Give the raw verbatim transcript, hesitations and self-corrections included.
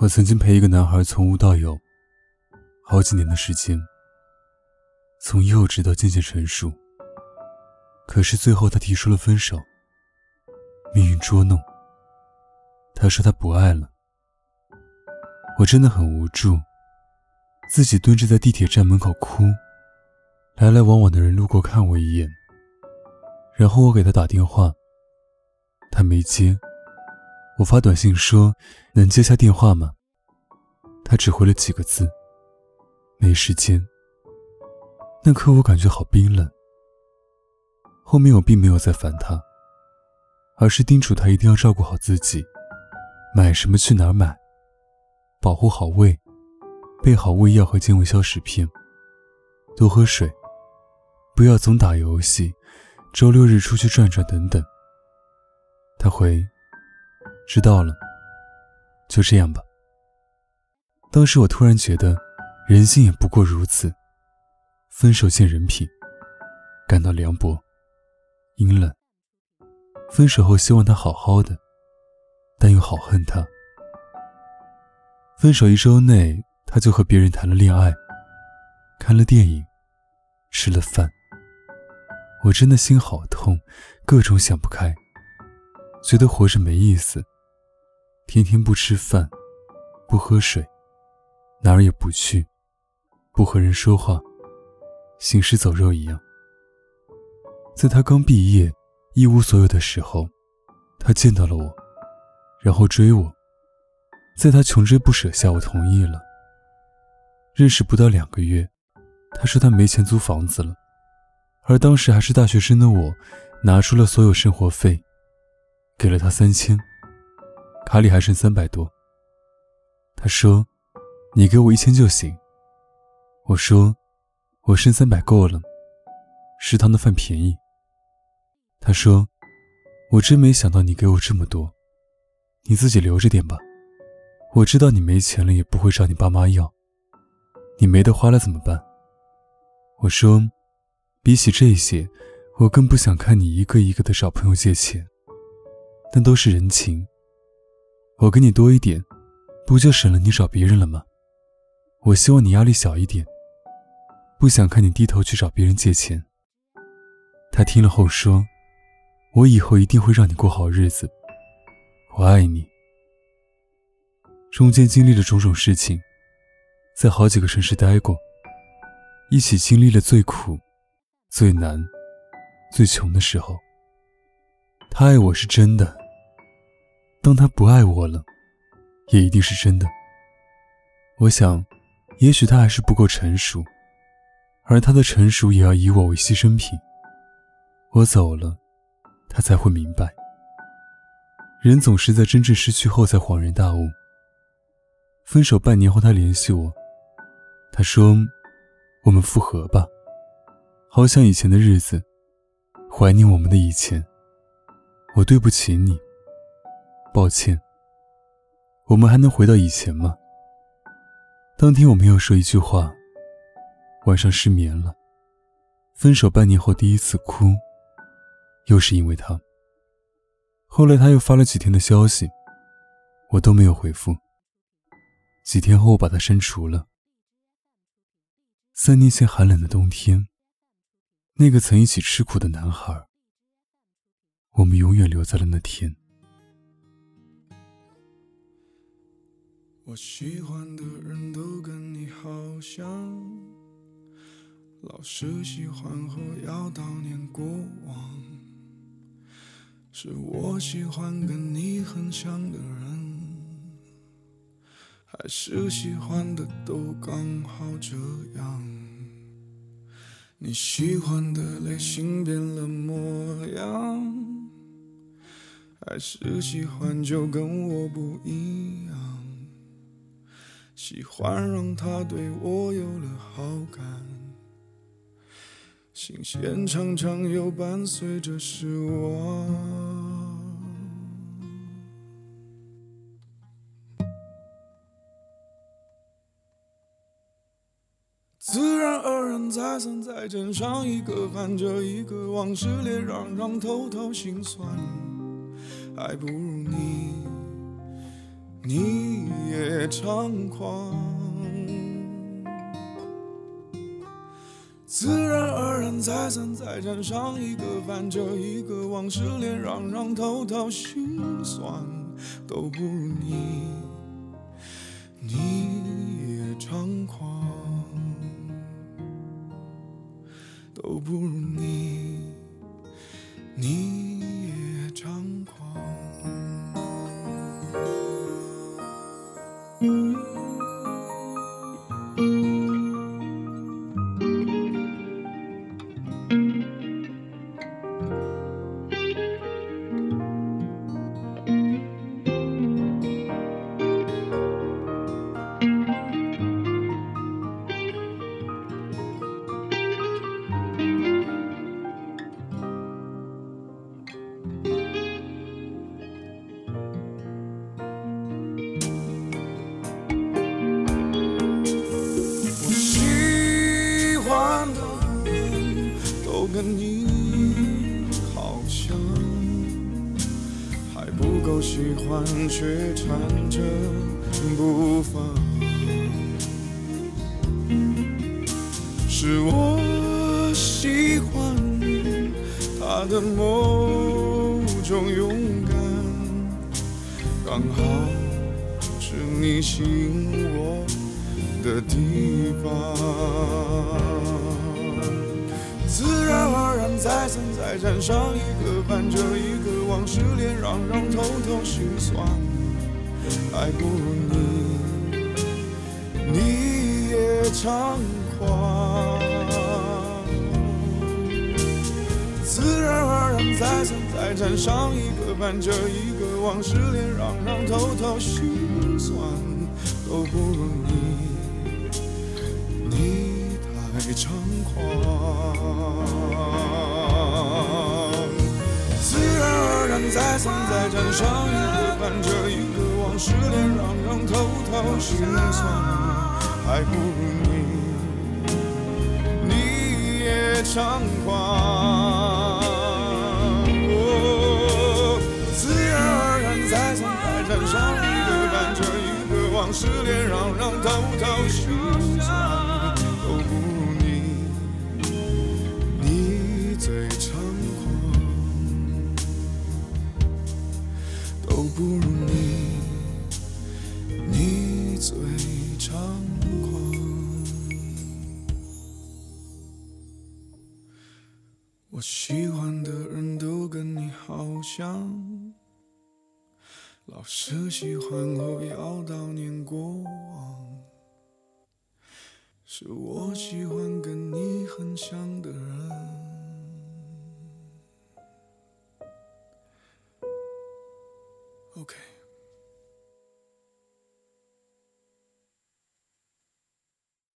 我曾经陪一个男孩从无到有，好几年的时间，从幼稚到渐渐成熟。可是最后他提出了分手，命运捉弄。他说他不爱了。我真的很无助，自己蹲着在地铁站门口哭，来来往往的人路过看我一眼，然后我给他打电话，他没接。我发短信说能接下电话吗？他只回了几个字，没时间。那刻我感觉好冰冷。后面我并没有再烦他，而是叮嘱他一定要照顾好自己，买什么去哪儿买，保护好胃，备好胃药和健胃消食片，多喝水，不要总打游戏，周六日出去转转等等。他回知道了，就这样吧。当时我突然觉得人性也不过如此，分手见人品，感到凉薄阴冷。分手后希望他好好的，但又好恨他。分手一周内他就和别人谈了恋爱，看了电影，吃了饭。我真的心好痛，各种想不开，觉得活着没意思，天天不吃饭，不喝水，哪儿也不去，不和人说话，行尸走肉一样。在他刚毕业一无所有的时候，他见到了我，然后追我。在他穷追不舍下，我同意了。认识不到两个月，他说他没钱租房子了，而当时还是大学生的我拿出了所有生活费，给了他三千，卡里还剩三百多。他说你给我一千就行。我说我剩三百够了，食堂的饭便宜。他说我真没想到你给我这么多，你自己留着点吧，我知道你没钱了也不会找你爸妈要，你没得花了怎么办？我说比起这些，我更不想看你一个一个的找朋友借钱，但都是人情，我给你多一点，不就省了你找别人了吗？我希望你压力小一点，不想看你低头去找别人借钱。他听了后说，我以后一定会让你过好日子，我爱你。中间经历了种种事情，在好几个城市待过，一起经历了最苦、最难、最穷的时候。他爱我是真的，当他不爱我了，也一定是真的。我想也许他还是不够成熟，而他的成熟也要以我为牺牲品。我走了，他才会明白，人总是在真正失去后才恍然大悟。分手半年后他联系我，他说我们复合吧，好想以前的日子，怀念我们的以前。我对不起你，抱歉。我们还能回到以前吗？当天我没有说一句话，晚上失眠了。分手半年后第一次哭，又是因为他。后来他又发了几天的消息，我都没有回复。几天后我把他删除了。三年前寒冷的冬天，那个曾一起吃苦的男孩，我们永远留在了那天。 我喜欢的人都跟你好像，老是喜欢和要悼念过往，是我喜欢跟你很像的人，还是喜欢的都刚好这样。你喜欢的类型变了模样，还是喜欢就跟我不一样，喜欢让他对我有了好感，新鲜常常又伴随着失望。自然而然再三再见上一个含着一个往事脸让让偷偷心酸，还不如你你也猖狂，自然而然再三再沾上一个泛着一个往事连嚷嚷偷偷心酸，都不如你，你也猖狂，都不如你，你也猖狂。跟你好像还不够喜欢，却缠着不放。是我喜欢他的某种勇敢，刚好是你吸引我的地方。自然而然再三再沾上一个伴着一个往事连嚷嚷偷偷心酸，还不如你，你也猖狂。自然而然再三再沾上一个伴着一个往事连嚷嚷偷偷心酸，都不如你，你太猖狂。自然而然再三再沾上一个伴着一个往事连嚷嚷偷偷心酸，还不如你，你也猖狂。哦，自然而然再三再沾上一个伴着一个往事连嚷嚷偷偷心酸，都不如你，你最猖狂，都不如你，你最猖狂。我喜欢的人都跟你好像，老是喜欢后要悼念过往。是我喜欢跟你很像的人。OK。